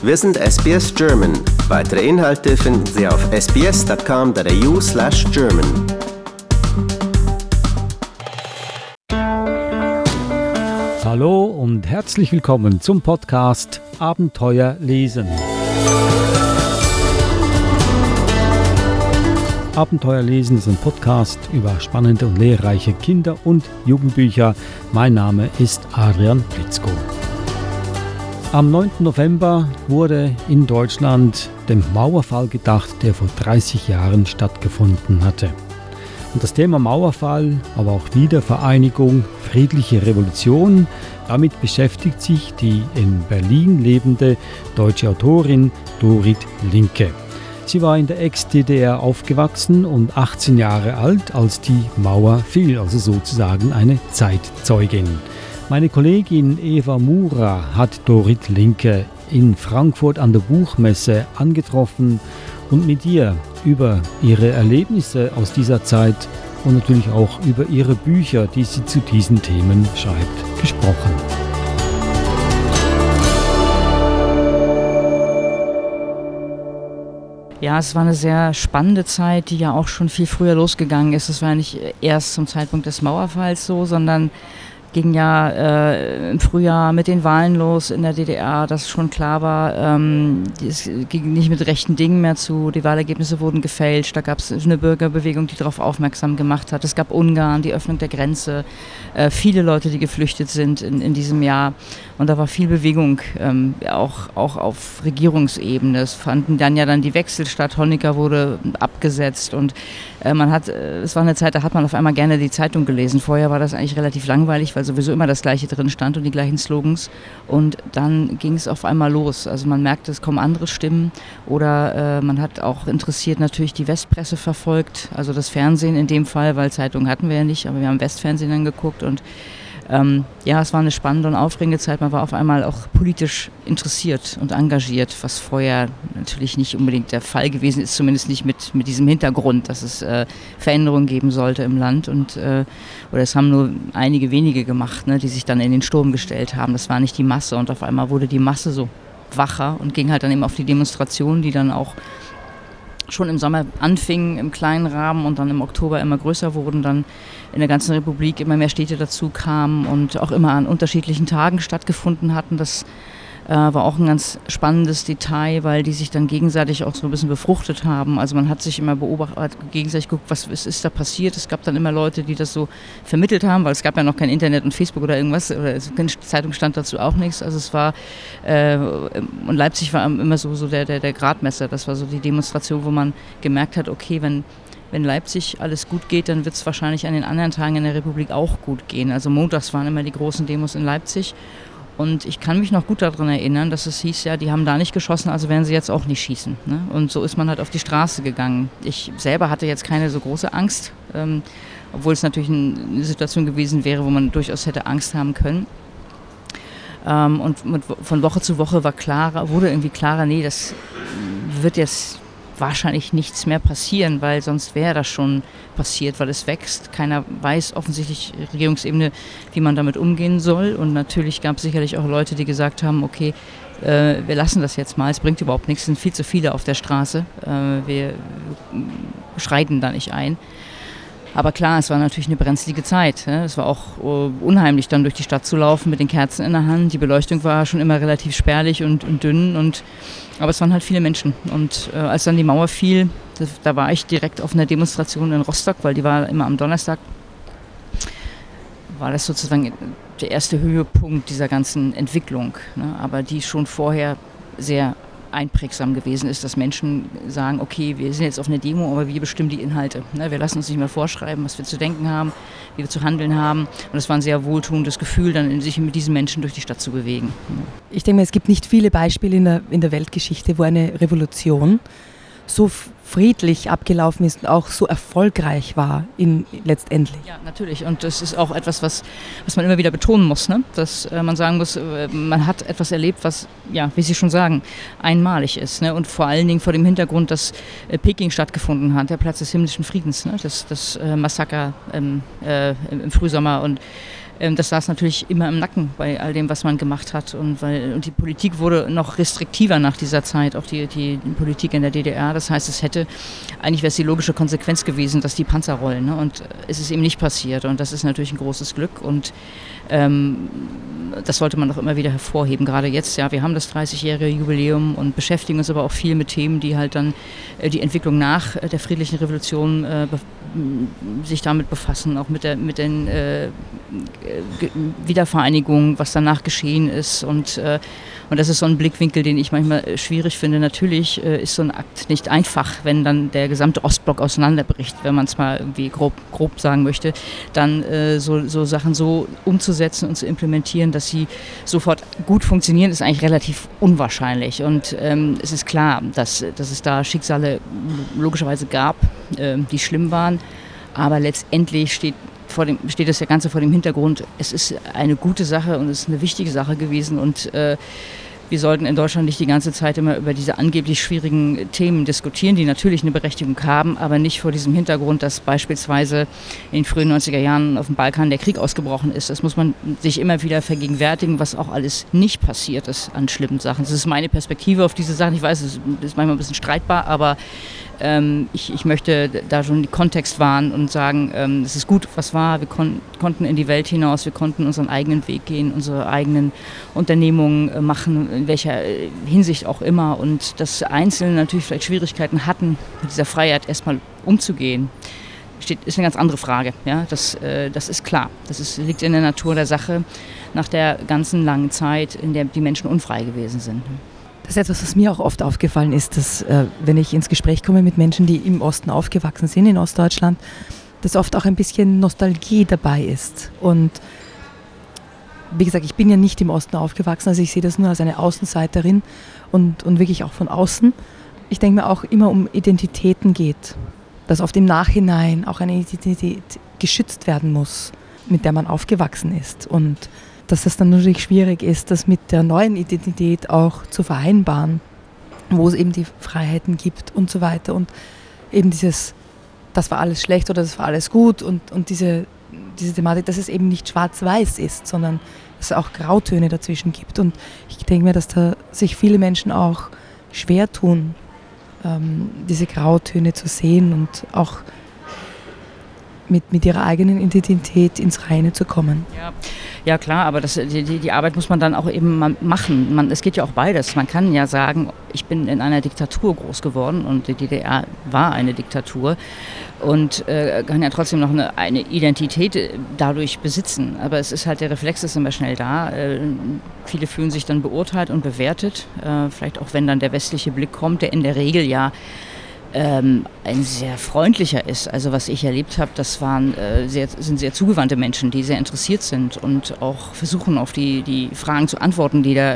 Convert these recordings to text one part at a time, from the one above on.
Wir sind SBS German. Weitere Inhalte finden Sie auf sbs.com.au/German. Hallo und herzlich willkommen zum Podcast Abenteuer lesen. Abenteuer lesen ist ein Podcast über spannende und lehrreiche Kinder- und Jugendbücher. Mein Name ist Adrian Blitzko. Am 9. November wurde in Deutschland dem Mauerfall gedacht, der vor 30 Jahren stattgefunden hatte. Und das Thema Mauerfall, aber auch Wiedervereinigung, friedliche Revolution, damit beschäftigt sich die in Berlin lebende deutsche Autorin Dorit Linke. Sie war in der Ex-DDR aufgewachsen und 18 Jahre alt, als die Mauer fiel, also sozusagen eine Zeitzeugin. Meine Kollegin Eva Mura hat Dorit Linke in Frankfurt an der Buchmesse angetroffen und mit ihr über ihre Erlebnisse aus dieser Zeit und natürlich auch über ihre Bücher, die sie zu diesen Themen schreibt, gesprochen. Ja, es war eine sehr spannende Zeit, die ja auch schon viel früher losgegangen ist. Es war ja nicht erst zum Zeitpunkt des Mauerfalls so, sondern ging ja im Frühjahr mit den Wahlen los in der DDR, dass schon klar war, es ging nicht mit rechten Dingen mehr zu, die Wahlergebnisse wurden gefälscht, da gab es eine Bürgerbewegung, die darauf aufmerksam gemacht hat. Es gab Ungarn, die Öffnung der Grenze, viele Leute, die geflüchtet sind in diesem Jahr und da war viel Bewegung, auch auf Regierungsebene. Es fanden dann die Wechsel statt, Honecker wurde abgesetzt und es war eine Zeit, da hat man auf einmal gerne die Zeitung gelesen. Vorher war das eigentlich relativ langweilig, weil sowieso immer das Gleiche drin stand und die gleichen Slogans. Und dann ging es auf einmal los. Also man merkte, es kommen andere Stimmen oder man hat auch interessiert natürlich die Westpresse verfolgt, also das Fernsehen in dem Fall, weil Zeitungen hatten wir ja nicht, aber wir haben Westfernsehen dann geguckt und es war eine spannende und aufregende Zeit. Man war auf einmal auch politisch interessiert und engagiert, was vorher natürlich nicht unbedingt der Fall gewesen ist, zumindest nicht mit diesem Hintergrund, dass es Veränderungen geben sollte im Land. Oder es haben nur einige wenige gemacht, ne, die sich dann in den Sturm gestellt haben. Das war nicht die Masse und auf einmal wurde die Masse so wacher und ging halt dann eben auf die Demonstrationen, die dann auch schon im Sommer anfingen im kleinen Rahmen und dann im Oktober immer größer wurden, dann in der ganzen Republik immer mehr Städte dazu kamen und auch immer an unterschiedlichen Tagen stattgefunden hatten. Das war auch ein ganz spannendes Detail, weil die sich dann gegenseitig auch so ein bisschen befruchtet haben. Also man hat sich immer beobachtet, hat gegenseitig geguckt, was ist da passiert. Es gab dann immer Leute, die das so vermittelt haben, weil es gab ja noch kein Internet und Facebook oder irgendwas, oder in der Zeitung stand dazu auch nichts. Also es war, und Leipzig war immer so der Gradmesser. Das war so die Demonstration, wo man gemerkt hat, okay, wenn Leipzig alles gut geht, dann wird es wahrscheinlich an den anderen Tagen in der Republik auch gut gehen. Also montags waren immer die großen Demos in Leipzig. Und ich kann mich noch gut daran erinnern, dass es hieß, ja, die haben da nicht geschossen, also werden sie jetzt auch nicht schießen. Ne? Und so ist man halt auf die Straße gegangen. Ich selber hatte jetzt keine so große Angst, obwohl es natürlich eine Situation gewesen wäre, wo man durchaus hätte Angst haben können. Und von Woche zu Woche wurde irgendwie klarer, nee, das wird jetzt wahrscheinlich nichts mehr passieren, weil sonst wäre das schon passiert, weil es wächst. Keiner weiß offensichtlich Regierungsebene, wie man damit umgehen soll. Und natürlich gab es sicherlich auch Leute, die gesagt haben, okay, wir lassen das jetzt mal, es bringt überhaupt nichts, es sind viel zu viele auf der Straße, wir schreiten da nicht ein. Aber klar, es war natürlich eine brenzlige Zeit. Ne? Es war auch unheimlich, dann durch die Stadt zu laufen mit den Kerzen in der Hand. Die Beleuchtung war schon immer relativ spärlich und dünn. Aber es waren halt viele Menschen. Und als dann die Mauer fiel, da war ich direkt auf einer Demonstration in Rostock, weil die war immer am Donnerstag. War das sozusagen der erste Höhepunkt dieser ganzen Entwicklung. Ne? Aber die schon vorher sehr einprägsam gewesen ist, dass Menschen sagen, okay, wir sind jetzt auf einer Demo, aber wir bestimmen die Inhalte. Ne? Wir lassen uns nicht mehr vorschreiben, was wir zu denken haben, wie wir zu handeln haben. Und es war ein sehr wohltuendes Gefühl, dann sich mit diesen Menschen durch die Stadt zu bewegen. Ich denke mal, es gibt nicht viele Beispiele in der Weltgeschichte, wo eine Revolution so friedlich abgelaufen ist und auch so erfolgreich war letztendlich. Ja, natürlich. Und das ist auch etwas, was man immer wieder betonen muss, ne? Dass man sagen muss, man hat etwas erlebt, was, ja, wie Sie schon sagen, einmalig ist. Ne? Und vor allen Dingen vor dem Hintergrund, dass Peking stattgefunden hat, der Platz des himmlischen Friedens, ne? Das Massaker im Frühsommer und Das saß natürlich immer im Nacken bei all dem, was man gemacht hat. Und die Politik wurde noch restriktiver nach dieser Zeit, auch die Politik in der DDR. Das heißt, eigentlich wäre es die logische Konsequenz gewesen, dass die Panzer rollen. Ne? Und es ist eben nicht passiert. Und das ist natürlich ein großes Glück. Und das sollte man doch immer wieder hervorheben. Gerade jetzt, ja, wir haben das 30-jährige Jubiläum und beschäftigen uns aber auch viel mit Themen, die halt dann die Entwicklung nach der friedlichen Revolution sich damit befassen, auch mit den Wiedervereinigung, was danach geschehen ist. Und das ist so ein Blickwinkel, den ich manchmal schwierig finde. Natürlich ist so ein Akt nicht einfach, wenn dann der gesamte Ostblock auseinanderbricht, wenn man es mal irgendwie grob sagen möchte, dann so Sachen so umzusetzen und zu implementieren, dass sie sofort gut funktionieren, ist eigentlich relativ unwahrscheinlich. Und es ist klar, dass es da Schicksale logischerweise gab, die schlimm waren, aber letztendlich steht das Ganze vor dem Hintergrund, es ist eine gute Sache und es ist eine wichtige Sache gewesen und wir sollten in Deutschland nicht die ganze Zeit immer über diese angeblich schwierigen Themen diskutieren, die natürlich eine Berechtigung haben, aber nicht vor diesem Hintergrund, dass beispielsweise in den frühen 90er Jahren auf dem Balkan der Krieg ausgebrochen ist. Das muss man sich immer wieder vergegenwärtigen, was auch alles nicht passiert ist an schlimmen Sachen. Das ist meine Perspektive auf diese Sachen. Ich weiß, es ist manchmal ein bisschen streitbar, aber ich möchte da schon den Kontext wahren und sagen, es ist gut, was war. Wir konnten in die Welt hinaus, wir konnten unseren eigenen Weg gehen, unsere eigenen Unternehmungen machen, in welcher Hinsicht auch immer. Und dass Einzelne natürlich vielleicht Schwierigkeiten hatten, mit dieser Freiheit erstmal umzugehen, ist eine ganz andere Frage. Ja? Das ist klar. Liegt in der Natur der Sache nach der ganzen langen Zeit, in der die Menschen unfrei gewesen sind. Das ist etwas, was mir auch oft aufgefallen ist, dass wenn ich ins Gespräch komme mit Menschen, die im Osten aufgewachsen sind, in Ostdeutschland, dass oft auch ein bisschen Nostalgie dabei ist. Und wie gesagt, ich bin ja nicht im Osten aufgewachsen, also ich sehe das nur als eine Außenseiterin und wirklich auch von außen. Ich denke mir auch immer um Identitäten geht, dass oft im Nachhinein auch eine Identität geschützt werden muss, mit der man aufgewachsen ist. Und dass es dann natürlich schwierig ist, das mit der neuen Identität auch zu vereinbaren, wo es eben die Freiheiten gibt und so weiter. Und eben das war alles schlecht oder das war alles gut und diese Thematik, dass es eben nicht schwarz-weiß ist, sondern dass es auch Grautöne dazwischen gibt. Und ich denke mir, dass da sich viele Menschen auch schwer tun, diese Grautöne zu sehen und auch mit ihrer eigenen Identität ins Reine zu kommen. Ja klar, aber die Arbeit muss man dann auch eben mal machen. Es geht ja auch beides. Man kann ja sagen, ich bin in einer Diktatur groß geworden und die DDR war eine Diktatur und kann ja trotzdem noch eine Identität dadurch besitzen. Aber es ist halt, der Reflex ist immer schnell da. Viele fühlen sich dann beurteilt und bewertet. Vielleicht auch, wenn dann der westliche Blick kommt, der in der Regel ja ein sehr freundlicher ist. Also was ich erlebt habe, das sind sehr zugewandte Menschen, die sehr interessiert sind und auch versuchen, auf die Fragen zu antworten, die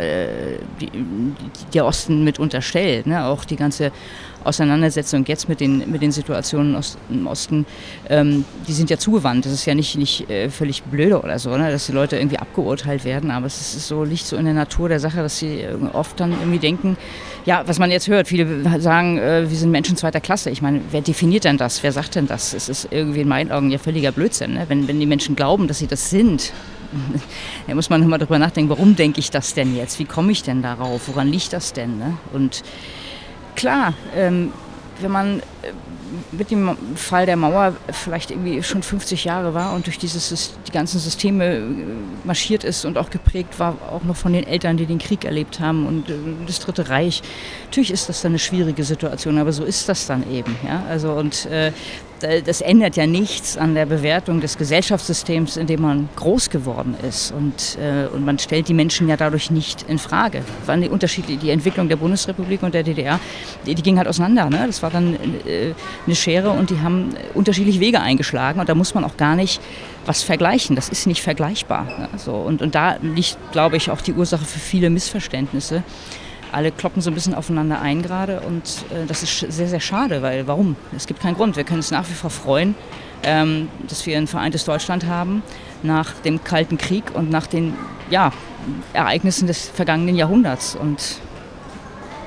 der Osten mit unterstellt. Ne? Auch die ganze Auseinandersetzung jetzt mit den Situationen im Osten, die sind ja zugewandt. Das ist ja nicht völlig blöde oder so, ne? Dass die Leute irgendwie abgeurteilt werden, aber es ist liegt so in der Natur der Sache, dass sie oft dann irgendwie denken, ja, was man jetzt hört, viele sagen, wir sind Menschen zweiter Klasse. Ich meine, wer definiert denn das? Wer sagt denn das? Es ist irgendwie in meinen Augen ja völliger Blödsinn. Ne? Wenn die Menschen glauben, dass sie das sind, da muss man nochmal drüber nachdenken, warum denke ich das denn jetzt? Wie komme ich denn darauf? Woran liegt das denn? Ne? Und klar, wenn man mit dem Fall der Mauer vielleicht irgendwie schon 50 Jahre war und durch die ganzen Systeme marschiert ist und auch geprägt war, auch noch von den Eltern, die den Krieg erlebt haben und das Dritte Reich. Natürlich ist das dann eine schwierige Situation, aber so ist das dann eben. Ja? Also, und das ändert ja nichts an der Bewertung des Gesellschaftssystems, in dem man groß geworden ist. Und man stellt die Menschen ja dadurch nicht in Frage. Das waren die Entwicklung der Bundesrepublik und der DDR, die ging halt auseinander. Ne? Das war dann eine Schere und die haben unterschiedliche Wege eingeschlagen. Und da muss man auch gar nicht was vergleichen. Das ist nicht vergleichbar. Ne? So, und da liegt, glaube ich, auch die Ursache für viele Missverständnisse. Alle kloppen so ein bisschen aufeinander ein gerade und das ist sehr, sehr schade, weil warum? Es gibt keinen Grund. Wir können uns nach wie vor freuen, dass wir ein vereintes Deutschland haben nach dem Kalten Krieg und nach den Ereignissen des vergangenen Jahrhunderts. Und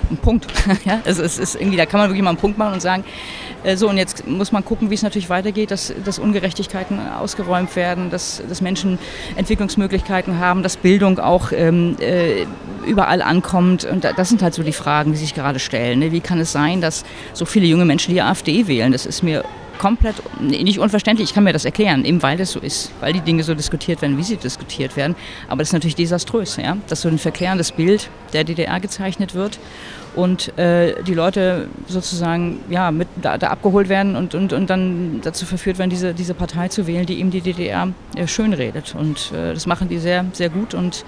ein Punkt. Ja, also es ist irgendwie, da kann man wirklich mal einen Punkt machen und sagen, so, und jetzt muss man gucken, wie es natürlich weitergeht, dass Ungerechtigkeiten ausgeräumt werden, dass Menschen Entwicklungsmöglichkeiten haben, dass Bildung auch überall ankommt. Und das sind halt so die Fragen, die sich gerade stellen. Ne? Wie kann es sein, dass so viele junge Menschen die AfD wählen? Das ist mir komplett nicht unverständlich. Ich kann mir das erklären, eben weil es so ist, weil die Dinge so diskutiert werden, wie sie diskutiert werden. Aber das ist natürlich desaströs, ja? Dass so ein verklärendes Bild der DDR gezeichnet wird und die Leute sozusagen ja, mit da abgeholt werden und dann dazu verführt werden, diese Partei zu wählen, die eben die DDR schönredet. Und das machen die sehr, sehr gut und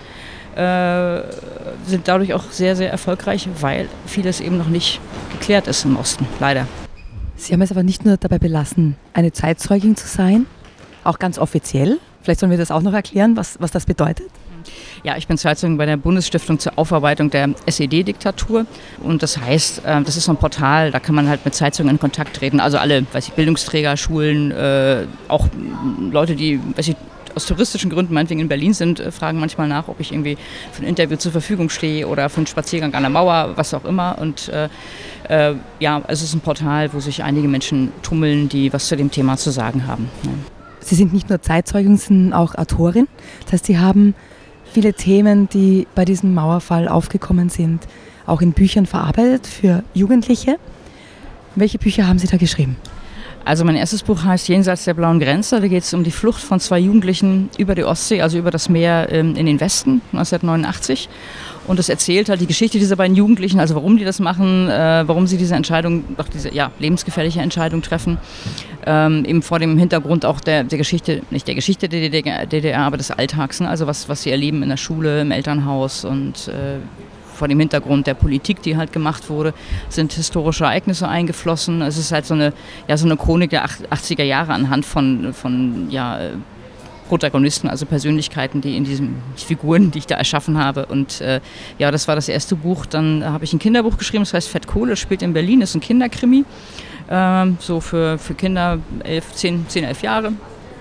sind dadurch auch sehr, sehr erfolgreich, weil vieles eben noch nicht geklärt ist im Osten, leider. Sie haben es aber nicht nur dabei belassen, eine Zeitzeugin zu sein, auch ganz offiziell. Vielleicht sollen wir das auch noch erklären, was das bedeutet. Ja, ich bin Zeitzeugin bei der Bundesstiftung zur Aufarbeitung der SED-Diktatur. Und das heißt, das ist so ein Portal, da kann man halt mit Zeitzeugen in Kontakt treten. Also alle, Bildungsträger, Schulen, auch Leute, die, aus touristischen Gründen meinetwegen in Berlin sind, fragen manchmal nach, ob ich irgendwie für ein Interview zur Verfügung stehe oder für einen Spaziergang an der Mauer, was auch immer. Und ja, es ist ein Portal, wo sich einige Menschen tummeln, die was zu dem Thema zu sagen haben. Ja. Sie sind nicht nur Zeitzeugin, sondern auch Autorin. Das heißt, Sie haben viele Themen, die bei diesem Mauerfall aufgekommen sind, auch in Büchern verarbeitet für Jugendliche. Welche Bücher haben Sie da geschrieben? Also mein erstes Buch heißt Jenseits der blauen Grenze. Da geht es um die Flucht von 2 Jugendlichen über die Ostsee, also über das Meer in den Westen 1989. Und das erzählt halt die Geschichte dieser beiden Jugendlichen, also warum die das machen, warum sie diese Entscheidung, auch diese lebensgefährliche Entscheidung treffen. Eben vor dem Hintergrund auch der Geschichte, nicht der Geschichte der DDR, aber des Alltags, ne? Also was sie erleben in der Schule, im Elternhaus und vor dem Hintergrund der Politik, die halt gemacht wurde, sind historische Ereignisse eingeflossen. Es ist halt so eine Chronik der 80er Jahre anhand von Protagonisten, also Persönlichkeiten, die in diesen Figuren, die ich da erschaffen habe. Und das war das erste Buch. Dann habe ich ein Kinderbuch geschrieben, das heißt Fettkohle, spielt in Berlin, ist ein Kinderkrimi, so für Kinder 10, 11 Jahre.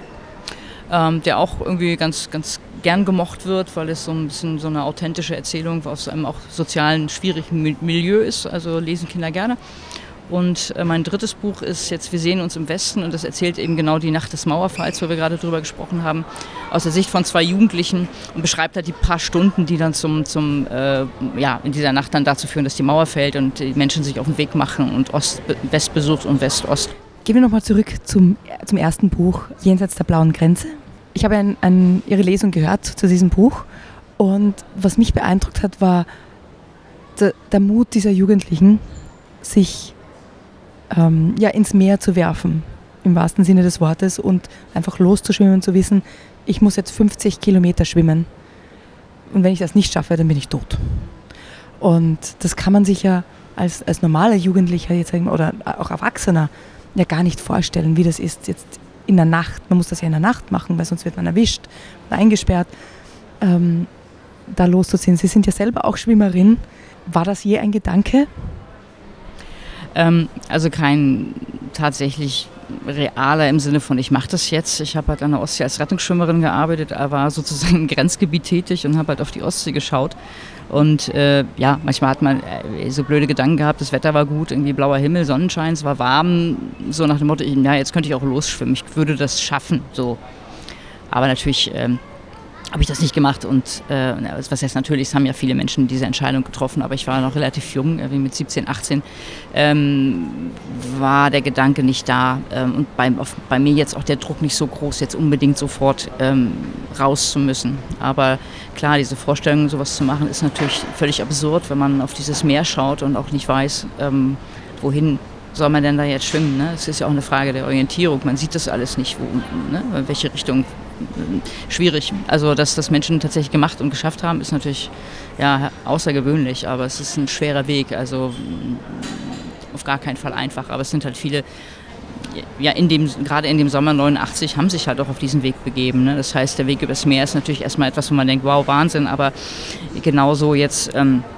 Der auch irgendwie ganz, ganz gern gemocht wird, weil es so ein bisschen so eine authentische Erzählung aus einem auch sozialen, schwierigen Milieu ist. Also lesen Kinder gerne. Und mein drittes Buch ist jetzt Wir sehen uns im Westen und das erzählt eben genau die Nacht des Mauerfalls, wo wir gerade drüber gesprochen haben, aus der Sicht von 2 Jugendlichen und beschreibt halt die paar Stunden, die dann in dieser Nacht dann dazu führen, dass die Mauer fällt und die Menschen sich auf den Weg machen und Westbesuch und West-Ost. Gehen wir nochmal zurück zum ersten Buch, Jenseits der blauen Grenze. Ich habe Ihre Lesung gehört zu diesem Buch und was mich beeindruckt hat, war der Mut dieser Jugendlichen, sich ins Meer zu werfen, im wahrsten Sinne des Wortes, und einfach loszuschwimmen und zu wissen, ich muss jetzt 50 Kilometer schwimmen und wenn ich das nicht schaffe, dann bin ich tot. Und das kann man sich ja als normaler Jugendlicher jetzt oder auch Erwachsener ja gar nicht vorstellen, wie das ist jetzt in der Nacht. Man muss das ja in der Nacht machen, weil sonst wird man erwischt oder eingesperrt, da loszuziehen. Sie sind ja selber auch Schwimmerin. War das je ein Gedanke? Also kein tatsächlich realer im Sinne von, ich mache das jetzt. Ich habe halt an der Ostsee als Rettungsschwimmerin gearbeitet, war sozusagen im Grenzgebiet tätig und habe halt auf die Ostsee geschaut. Und manchmal hat man so blöde Gedanken gehabt, das Wetter war gut, irgendwie blauer Himmel, Sonnenschein, es war warm, so nach dem Motto, jetzt könnte ich auch losschwimmen, ich würde das schaffen, so. Aber natürlich habe ich das nicht gemacht und was heißt natürlich, es haben ja viele Menschen diese Entscheidung getroffen, aber ich war noch relativ jung, mit 17, 18, war der Gedanke nicht da und bei mir jetzt auch der Druck nicht so groß, jetzt unbedingt sofort raus zu müssen. Aber klar, diese Vorstellung, sowas zu machen, ist natürlich völlig absurd, wenn man auf dieses Meer schaut und auch nicht weiß, wohin soll man denn da jetzt schwimmen. Ne? Es ist ja auch eine Frage der Orientierung, man sieht das alles nicht, in welche Richtung. Schwierig. Also, dass das Menschen tatsächlich gemacht und geschafft haben, ist natürlich außergewöhnlich, aber es ist ein schwerer Weg, also auf gar keinen Fall einfach. Aber es sind halt viele, gerade in dem Sommer 89 haben sich halt auch auf diesen Weg begeben. Ne? Das heißt, der Weg übers Meer ist natürlich erstmal etwas, wo man denkt, wow, Wahnsinn, aber genauso jetzt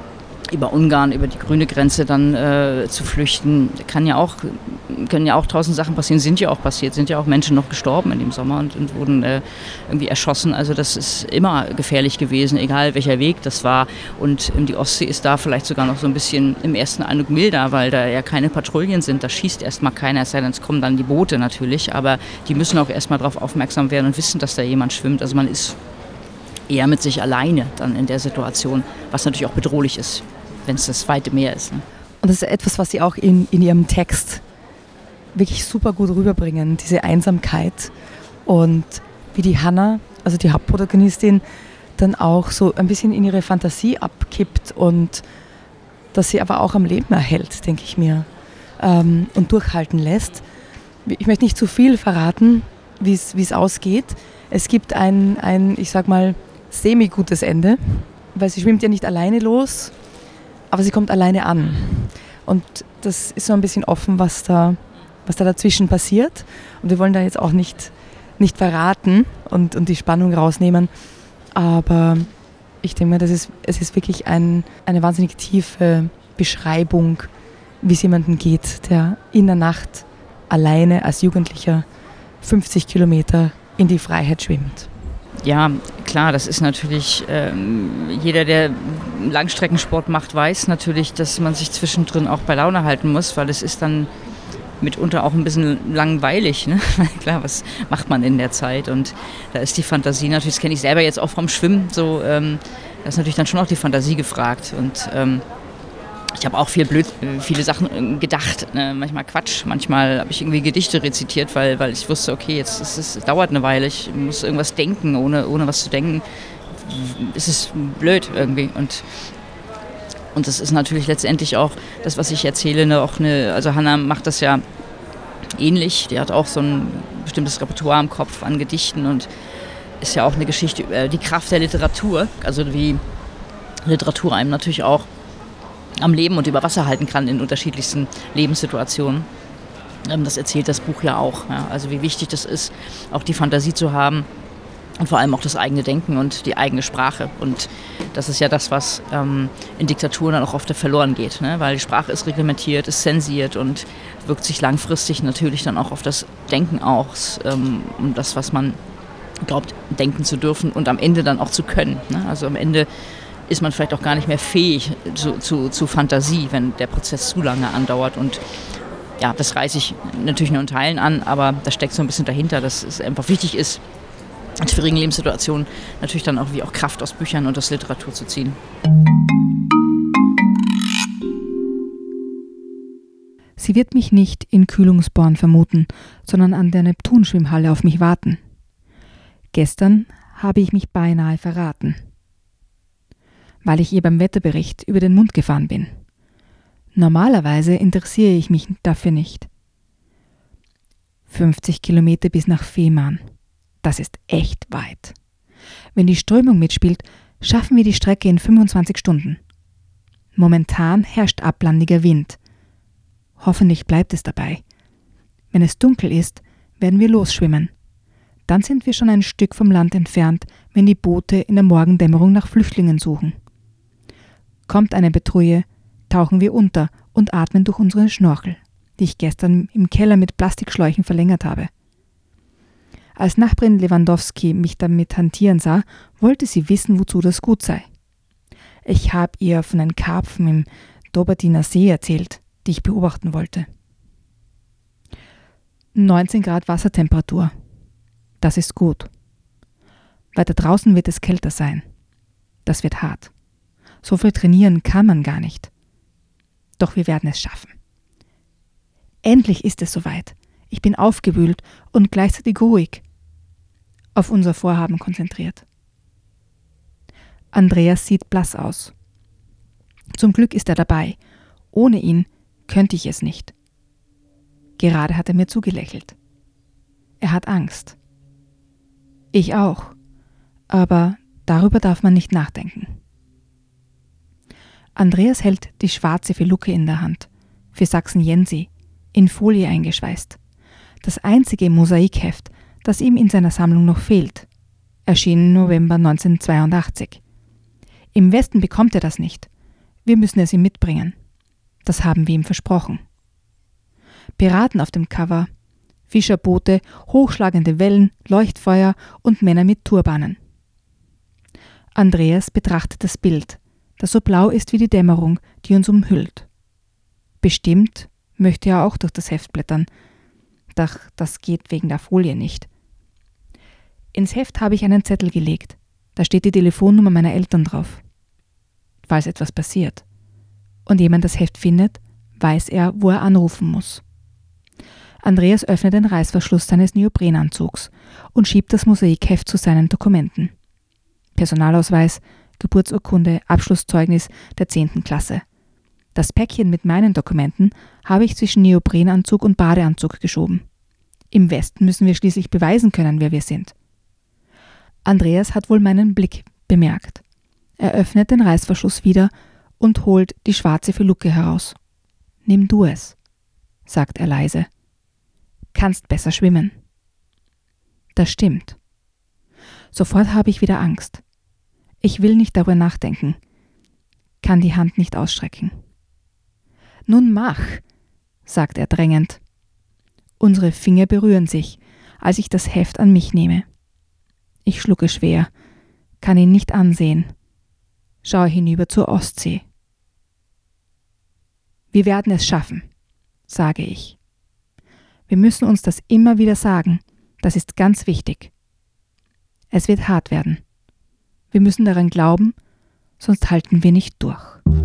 über Ungarn, über die grüne Grenze dann zu flüchten. Können ja auch 1000 Sachen passieren, sind ja auch passiert, sind ja auch Menschen noch gestorben in dem Sommer und wurden irgendwie erschossen. Also das ist immer gefährlich gewesen, egal welcher Weg das war. Und die Ostsee ist da vielleicht sogar noch so ein bisschen im ersten Eindruck milder, weil da ja keine Patrouillen sind, da schießt erstmal keiner, es sei denn, es kommen dann die Boote natürlich, aber die müssen auch erstmal darauf aufmerksam werden und wissen, dass da jemand schwimmt. Also man ist eher mit sich alleine dann in der Situation, was natürlich auch bedrohlich ist, wenn es das weite Meer ist. Ne? Und das ist etwas, was Sie auch in Ihrem Text wirklich super gut rüberbringen, diese Einsamkeit und wie die Hannah, also die Hauptprotagonistin, dann auch so ein bisschen in ihre Fantasie abkippt und dass sie aber auch am Leben erhält, denke ich mir, und durchhalten lässt. Ich möchte nicht zu viel verraten, wie es ausgeht. Es gibt ein, ich sag mal, semi-gutes Ende, weil sie schwimmt ja nicht alleine los, aber sie kommt alleine an. Und das ist so ein bisschen offen, was da dazwischen passiert. Und wir wollen da jetzt auch nicht verraten und die Spannung rausnehmen. Aber ich denke mal, es ist wirklich eine wahnsinnig tiefe Beschreibung, wie es jemandem geht, der in der Nacht alleine als Jugendlicher 50 Kilometer in die Freiheit schwimmt. Ja, klar, das ist natürlich, jeder, der Langstreckensport macht, weiß natürlich, dass man sich zwischendrin auch bei Laune halten muss, weil es ist dann mitunter auch ein bisschen langweilig. Ne? Klar, was macht man in der Zeit? Und da ist die Fantasie natürlich, das kenne ich selber jetzt auch vom Schwimmen, so, da ist natürlich dann schon auch die Fantasie gefragt. Und ich habe auch viele Sachen gedacht, ne? Manchmal Quatsch, manchmal habe ich irgendwie Gedichte rezitiert, weil ich wusste, okay, jetzt es dauert eine Weile, ich muss irgendwas denken, ohne was zu denken, ist es blöd irgendwie. Und das ist natürlich letztendlich auch das, was ich erzähle, also Hannah macht das ja ähnlich, die hat auch so ein bestimmtes Repertoire im Kopf an Gedichten und ist ja auch eine Geschichte über die Kraft der Literatur, also wie Literatur einem natürlich auch am Leben und über Wasser halten kann in unterschiedlichsten Lebenssituationen. Das erzählt das Buch ja auch. Ja. Also wie wichtig das ist, auch die Fantasie zu haben und vor allem auch das eigene Denken und die eigene Sprache. Und das ist ja das, was in Diktaturen dann auch oft verloren geht. Ne? Weil die Sprache ist reglementiert, ist zensiert und wirkt sich langfristig natürlich dann auch auf das Denken aus. Und das, was man glaubt, denken zu dürfen und am Ende dann auch zu können. Ne? Also am Ende ist man vielleicht auch gar nicht mehr fähig zu Fantasie, wenn der Prozess zu lange andauert. Und ja, das reiße ich natürlich nur in Teilen an, aber da steckt so ein bisschen dahinter, dass es einfach wichtig ist, in schwierigen Lebenssituationen natürlich dann auch Kraft aus Büchern und aus Literatur zu ziehen. Sie wird mich nicht in Kühlungsborn vermuten, sondern an der Neptunschwimmhalle auf mich warten. Gestern habe ich mich beinahe verraten, weil ich ihr beim Wetterbericht über den Mund gefahren bin. Normalerweise interessiere ich mich dafür nicht. 50 Kilometer bis nach Fehmarn. Das ist echt weit. Wenn die Strömung mitspielt, schaffen wir die Strecke in 25 Stunden. Momentan herrscht ablandiger Wind. Hoffentlich bleibt es dabei. Wenn es dunkel ist, werden wir losschwimmen. Dann sind wir schon ein Stück vom Land entfernt, wenn die Boote in der Morgendämmerung nach Flüchtlingen suchen. Kommt eine Patrouille, tauchen wir unter und atmen durch unsere Schnorchel, die ich gestern im Keller mit Plastikschläuchen verlängert habe. Als Nachbarin Lewandowski mich damit hantieren sah, wollte sie wissen, wozu das gut sei. Ich habe ihr von den Karpfen im Doberdiner See erzählt, die ich beobachten wollte. 19 Grad Wassertemperatur. Das ist gut. Weiter draußen wird es kälter sein. Das wird hart. So viel trainieren kann man gar nicht. Doch wir werden es schaffen. Endlich ist es soweit. Ich bin aufgewühlt und gleichzeitig ruhig. Auf unser Vorhaben konzentriert. Andreas sieht blass aus. Zum Glück ist er dabei. Ohne ihn könnte ich es nicht. Gerade hat er mir zugelächelt. Er hat Angst. Ich auch. Aber darüber darf man nicht nachdenken. Andreas hält die schwarze Feluke in der Hand, für Sachsen-Jensi, in Folie eingeschweißt. Das einzige Mosaikheft, das ihm in seiner Sammlung noch fehlt, erschien im November 1982. Im Westen bekommt er das nicht. Wir müssen es ihm mitbringen. Das haben wir ihm versprochen. Piraten auf dem Cover, Fischerboote, hochschlagende Wellen, Leuchtfeuer und Männer mit Turbanen. Andreas betrachtet das Bild, das so blau ist wie die Dämmerung, die uns umhüllt. Bestimmt möchte er auch durch das Heft blättern, doch das geht wegen der Folie nicht. Ins Heft habe ich einen Zettel gelegt, da steht die Telefonnummer meiner Eltern drauf. Falls etwas passiert und jemand das Heft findet, weiß er, wo er anrufen muss. Andreas öffnet den Reißverschluss seines Neoprenanzugs und schiebt das Mosaikheft zu seinen Dokumenten. Personalausweis, Geburtsurkunde, Abschlusszeugnis der 10. Klasse. Das Päckchen mit meinen Dokumenten habe ich zwischen Neoprenanzug und Badeanzug geschoben. Im Westen müssen wir schließlich beweisen können, wer wir sind. Andreas hat wohl meinen Blick bemerkt. Er öffnet den Reißverschluss wieder und holt die schwarze Felucke heraus. »Nimm du es«, sagt er leise. »Kannst besser schwimmen.« Das stimmt. Sofort habe ich wieder Angst. Ich will nicht darüber nachdenken, kann die Hand nicht ausstrecken. »Nun mach«, sagt er drängend. Unsere Finger berühren sich, als ich das Heft an mich nehme. Ich schlucke schwer, kann ihn nicht ansehen, schaue hinüber zur Ostsee. Wir werden es schaffen, sage ich. Wir müssen uns das immer wieder sagen, das ist ganz wichtig. Es wird hart werden. Wir müssen daran glauben, sonst halten wir nicht durch.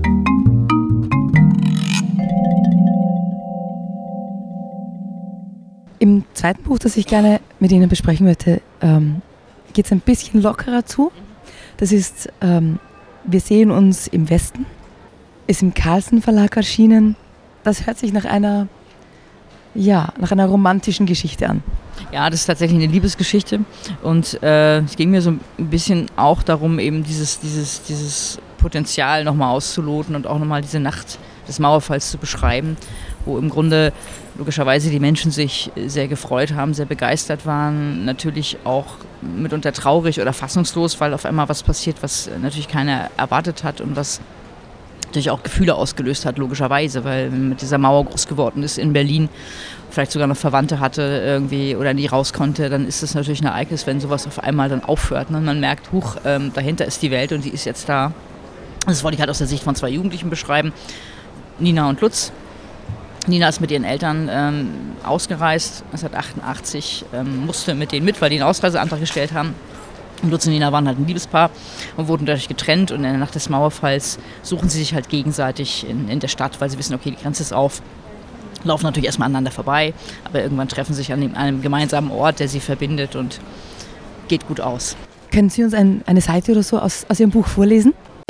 Im zweiten Buch, das ich gerne mit Ihnen besprechen möchte, geht es ein bisschen lockerer zu. Das ist Wir sehen uns im Westen, ist im Carlsen Verlag erschienen. Das hört sich nach einer romantischen Geschichte an. Ja, das ist tatsächlich eine Liebesgeschichte und es ging mir so ein bisschen auch darum, eben dieses Potenzial nochmal auszuloten und auch nochmal diese Nacht des Mauerfalls zu beschreiben, wo im Grunde logischerweise die Menschen sich sehr gefreut haben, sehr begeistert waren, natürlich auch mitunter traurig oder fassungslos, weil auf einmal was passiert, was natürlich keiner erwartet hat und was natürlich auch Gefühle ausgelöst hat, logischerweise, weil man mit dieser Mauer groß geworden ist in Berlin, vielleicht sogar noch Verwandte hatte irgendwie oder nie raus konnte, dann ist das natürlich ein Ereignis, wenn sowas auf einmal dann aufhört und man merkt, dahinter ist die Welt und die ist jetzt da. Das wollte ich halt aus der Sicht von 2 Jugendlichen beschreiben, Nina und Lutz. Nina ist mit ihren Eltern ausgereist, 1988, musste mit denen mit, weil die einen Ausreiseantrag gestellt haben. Und Lutz und Nina waren halt ein Liebespaar und wurden dadurch getrennt. Und in der Nacht des Mauerfalls suchen sie sich halt gegenseitig in der Stadt, weil sie wissen, okay, die Grenze ist auf. Laufen natürlich erstmal aneinander vorbei, aber irgendwann treffen sie sich an einem gemeinsamen Ort, der sie verbindet und geht gut aus. Können Sie uns eine Seite oder so aus Ihrem Buch vorlesen?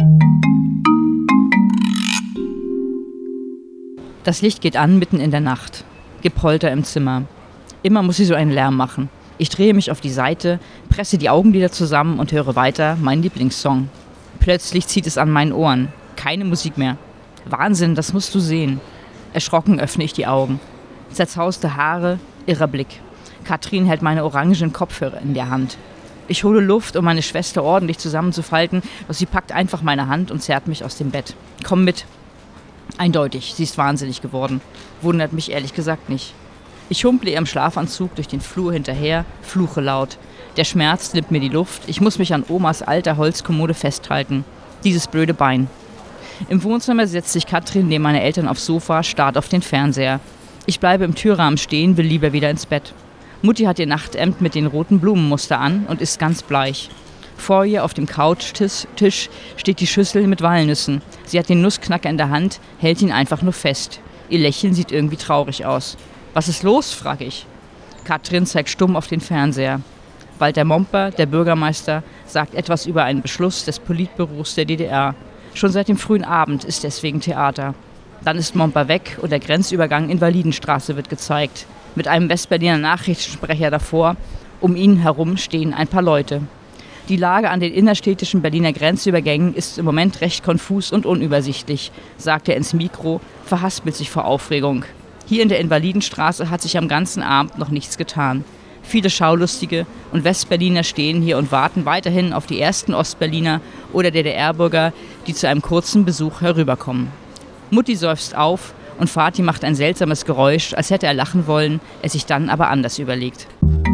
Das Licht geht an mitten in der Nacht. Gepolter im Zimmer. Immer muss sie so einen Lärm machen. Ich drehe mich auf die Seite, presse die Augenlider zusammen und höre weiter meinen Lieblingssong. Plötzlich zieht es an meinen Ohren. Keine Musik mehr. Wahnsinn, das musst du sehen. Erschrocken öffne ich die Augen. Zerzauste Haare, irrer Blick. Katrin hält meine orangen Kopfhörer in der Hand. Ich hole Luft, um meine Schwester ordentlich zusammenzufalten, doch sie packt einfach meine Hand und zerrt mich aus dem Bett. Komm mit. Eindeutig, sie ist wahnsinnig geworden. Wundert mich ehrlich gesagt nicht. Ich humple ihrem Schlafanzug durch den Flur hinterher, fluche laut. Der Schmerz nimmt mir die Luft. Ich muss mich an Omas alter Holzkommode festhalten. Dieses blöde Bein. Im Wohnzimmer setzt sich Katrin neben meine Eltern aufs Sofa, starrt auf den Fernseher. Ich bleibe im Türrahmen stehen, will lieber wieder ins Bett. Mutti hat ihr Nachthemd mit den roten Blumenmuster an und ist ganz bleich. Vor ihr auf dem Couchtisch steht die Schüssel mit Walnüssen. Sie hat den Nussknacker in der Hand, hält ihn einfach nur fest. Ihr Lächeln sieht irgendwie traurig aus. Was ist los, frage ich. Katrin zeigt stumm auf den Fernseher. Walter Momper, der Bürgermeister, sagt etwas über einen Beschluss des Politbüros der DDR. Schon seit dem frühen Abend ist deswegen Theater. Dann ist Momper weg und der Grenzübergang Invalidenstraße wird gezeigt. Mit einem Westberliner Nachrichtensprecher davor. Um ihn herum stehen ein paar Leute. Die Lage an den innerstädtischen Berliner Grenzübergängen ist im Moment recht konfus und unübersichtlich, sagt er ins Mikro, verhaspelt sich vor Aufregung. Hier in der Invalidenstraße hat sich am ganzen Abend noch nichts getan. Viele Schaulustige und Westberliner stehen hier und warten weiterhin auf die ersten Ostberliner oder DDR-Bürger, die zu einem kurzen Besuch herüberkommen. Mutti seufzt auf und Vati macht ein seltsames Geräusch, als hätte er lachen wollen, es sich dann aber anders überlegt.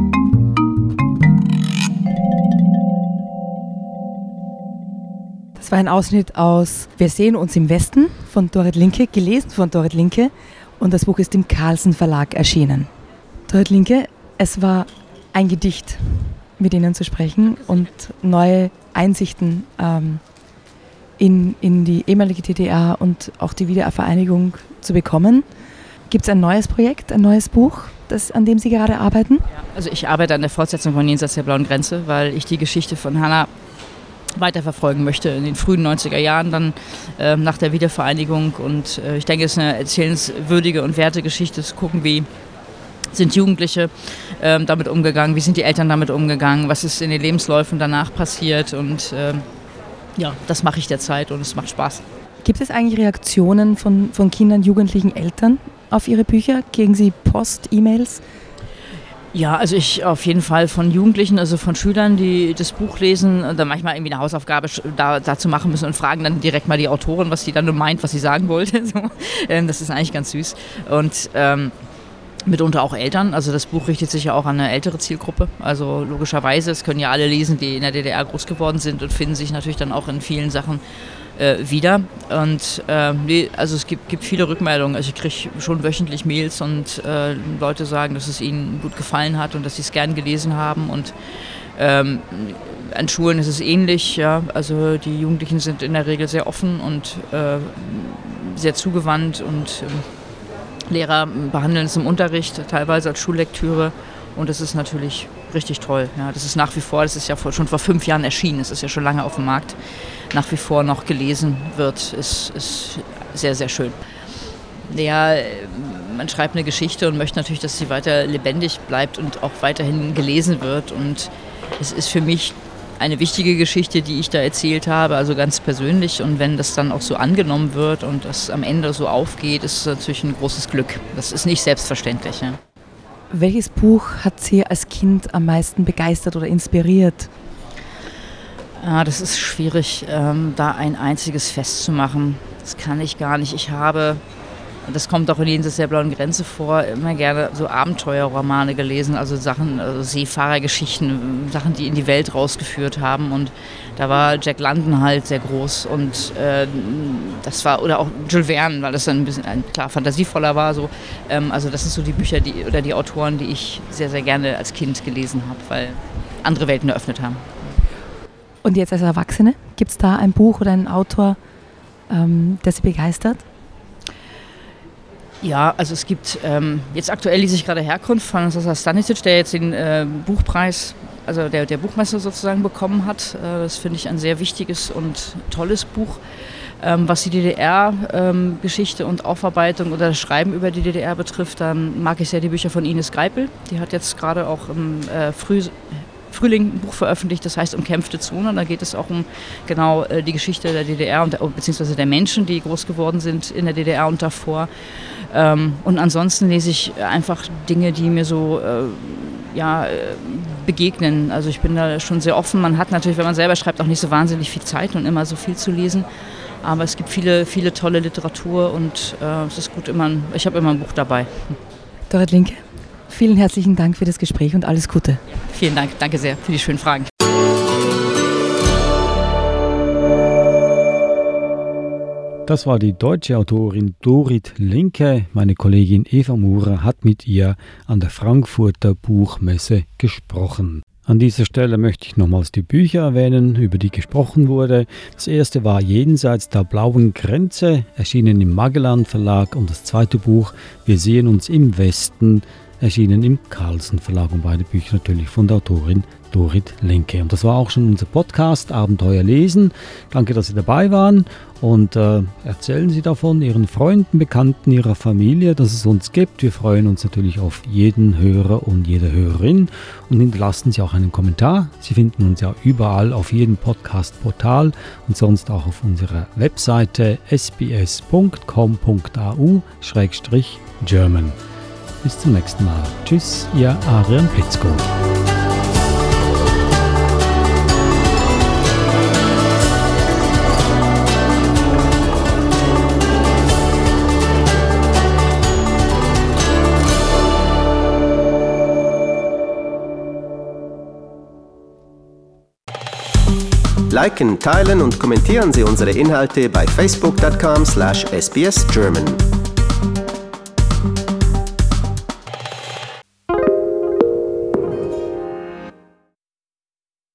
Das war ein Ausschnitt aus Wir sehen uns im Westen von Dorit Linke, gelesen von Dorit Linke, und das Buch ist im Carlsen Verlag erschienen. Dorit Linke, es war ein Gedicht, mit Ihnen zu sprechen und neue Einsichten in die ehemalige DDR und auch die Wiedervereinigung zu bekommen. Gibt es ein neues Projekt, ein neues Buch, an dem Sie gerade arbeiten? Ja, also ich arbeite an der Fortsetzung von Jenseits der blauen Grenze, weil ich die Geschichte von Hannah weiterverfolgen möchte in den frühen 90er Jahren, dann nach der Wiedervereinigung. Und ich denke, es ist eine erzählenswürdige und werte Geschichte, zu gucken, wie sind Jugendliche damit umgegangen, wie sind die Eltern damit umgegangen, was ist in den Lebensläufen danach passiert. Und ja, das mache ich derzeit und es macht Spaß. Gibt es eigentlich Reaktionen von Kindern, Jugendlichen, Eltern auf Ihre Bücher? Kriegen Sie Post, E-Mails? Ja, also ich auf jeden Fall von Jugendlichen, also von Schülern, die das Buch lesen und dann manchmal irgendwie eine Hausaufgabe dazu machen müssen und fragen dann direkt mal die Autorin, was die dann meint, was sie sagen wollte. So. Das ist eigentlich ganz süß. Und mitunter auch Eltern. Also das Buch richtet sich ja auch an eine ältere Zielgruppe. Also logischerweise, es können ja alle lesen, die in der DDR groß geworden sind und finden sich natürlich dann auch in vielen Sachen wieder. Und also es gibt viele Rückmeldungen. Also ich kriege schon wöchentlich Mails und Leute sagen, dass es ihnen gut gefallen hat und dass sie es gern gelesen haben. Und an Schulen ist es ähnlich. Ja. Also die Jugendlichen sind in der Regel sehr offen und sehr zugewandt und Lehrer behandeln es im Unterricht, teilweise als Schullektüre. Und das ist natürlich richtig toll. Ja, das ist nach wie vor, das ist ja schon vor 5 Jahren erschienen, es ist ja schon lange auf dem Markt, nach wie vor noch gelesen wird, ist sehr, sehr schön. Ja, man schreibt eine Geschichte und möchte natürlich, dass sie weiter lebendig bleibt und auch weiterhin gelesen wird. Und es ist für mich eine wichtige Geschichte, die ich da erzählt habe, also ganz persönlich. Und wenn das dann auch so angenommen wird und das am Ende so aufgeht, ist es natürlich ein großes Glück. Das ist nicht selbstverständlich. Ja. Welches Buch hat Sie als Kind am meisten begeistert oder inspiriert? Ja, das ist schwierig, da ein einziges festzumachen. Das kann ich gar nicht. Ich habe, das kommt auch in Jenseits der blauen Grenze vor, immer gerne so Abenteuerromane gelesen, also Sachen, also Seefahrergeschichten, Sachen, die in die Welt rausgeführt haben. Und da war Jack London halt sehr groß und das war, oder auch Jules Verne, weil das dann ein bisschen klar fantasievoller war. So. Also das sind so die Bücher oder die Autoren, die ich sehr, sehr gerne als Kind gelesen habe, weil andere Welten eröffnet haben. Und jetzt als Erwachsene, gibt es da ein Buch oder einen Autor, der Sie begeistert? Ja, also es gibt, jetzt aktuell lese ich gerade Herkunft von Sasa Stanisic, der jetzt den Buchpreis, also der Buchmesse sozusagen bekommen hat. Das finde ich ein sehr wichtiges und tolles Buch. Was die DDR-Geschichte und Aufarbeitung oder das Schreiben über die DDR betrifft, dann mag ich sehr die Bücher von Ines Geipel. Die hat jetzt gerade auch im Frühling ein Buch veröffentlicht, das heißt Umkämpfte Zone. Da geht es auch um genau die Geschichte der DDR beziehungsweise der Menschen, die groß geworden sind in der DDR und davor. Und ansonsten lese ich einfach Dinge, die mir so begegnen. Also ich bin da schon sehr offen. Man hat natürlich, wenn man selber schreibt, auch nicht so wahnsinnig viel Zeit und immer so viel zu lesen. Aber es gibt viele, viele tolle Literatur und es ist gut, ich habe immer ein Buch dabei. Dorit Linke, vielen herzlichen Dank für das Gespräch und alles Gute. Ja, vielen Dank, danke sehr für die schönen Fragen. Das war die deutsche Autorin Dorit Linke. Meine Kollegin Eva Murer hat mit ihr an der Frankfurter Buchmesse gesprochen. An dieser Stelle möchte ich nochmals die Bücher erwähnen, über die gesprochen wurde. Das erste war Jenseits der blauen Grenze, erschienen im Magellan Verlag, und das zweite Buch Wir sehen uns im Westen, erschienen im Carlsen Verlag, und beide Bücher natürlich von der Autorin Dorit Linke. Und das war auch schon unser Podcast Abenteuer lesen. Danke, dass Sie dabei waren, und erzählen Sie davon Ihren Freunden, Bekannten, Ihrer Familie, dass es uns gibt. Wir freuen uns natürlich auf jeden Hörer und jede Hörerin, und hinterlassen Sie auch einen Kommentar. Sie finden uns ja überall auf jedem Podcast-Portal und sonst auch auf unserer Webseite sbs.com.au/German. Bis zum nächsten Mal. Tschüss, Ihr Adrian Plitzko. Liken, teilen und kommentieren Sie unsere Inhalte bei facebook.com/sbsgerman.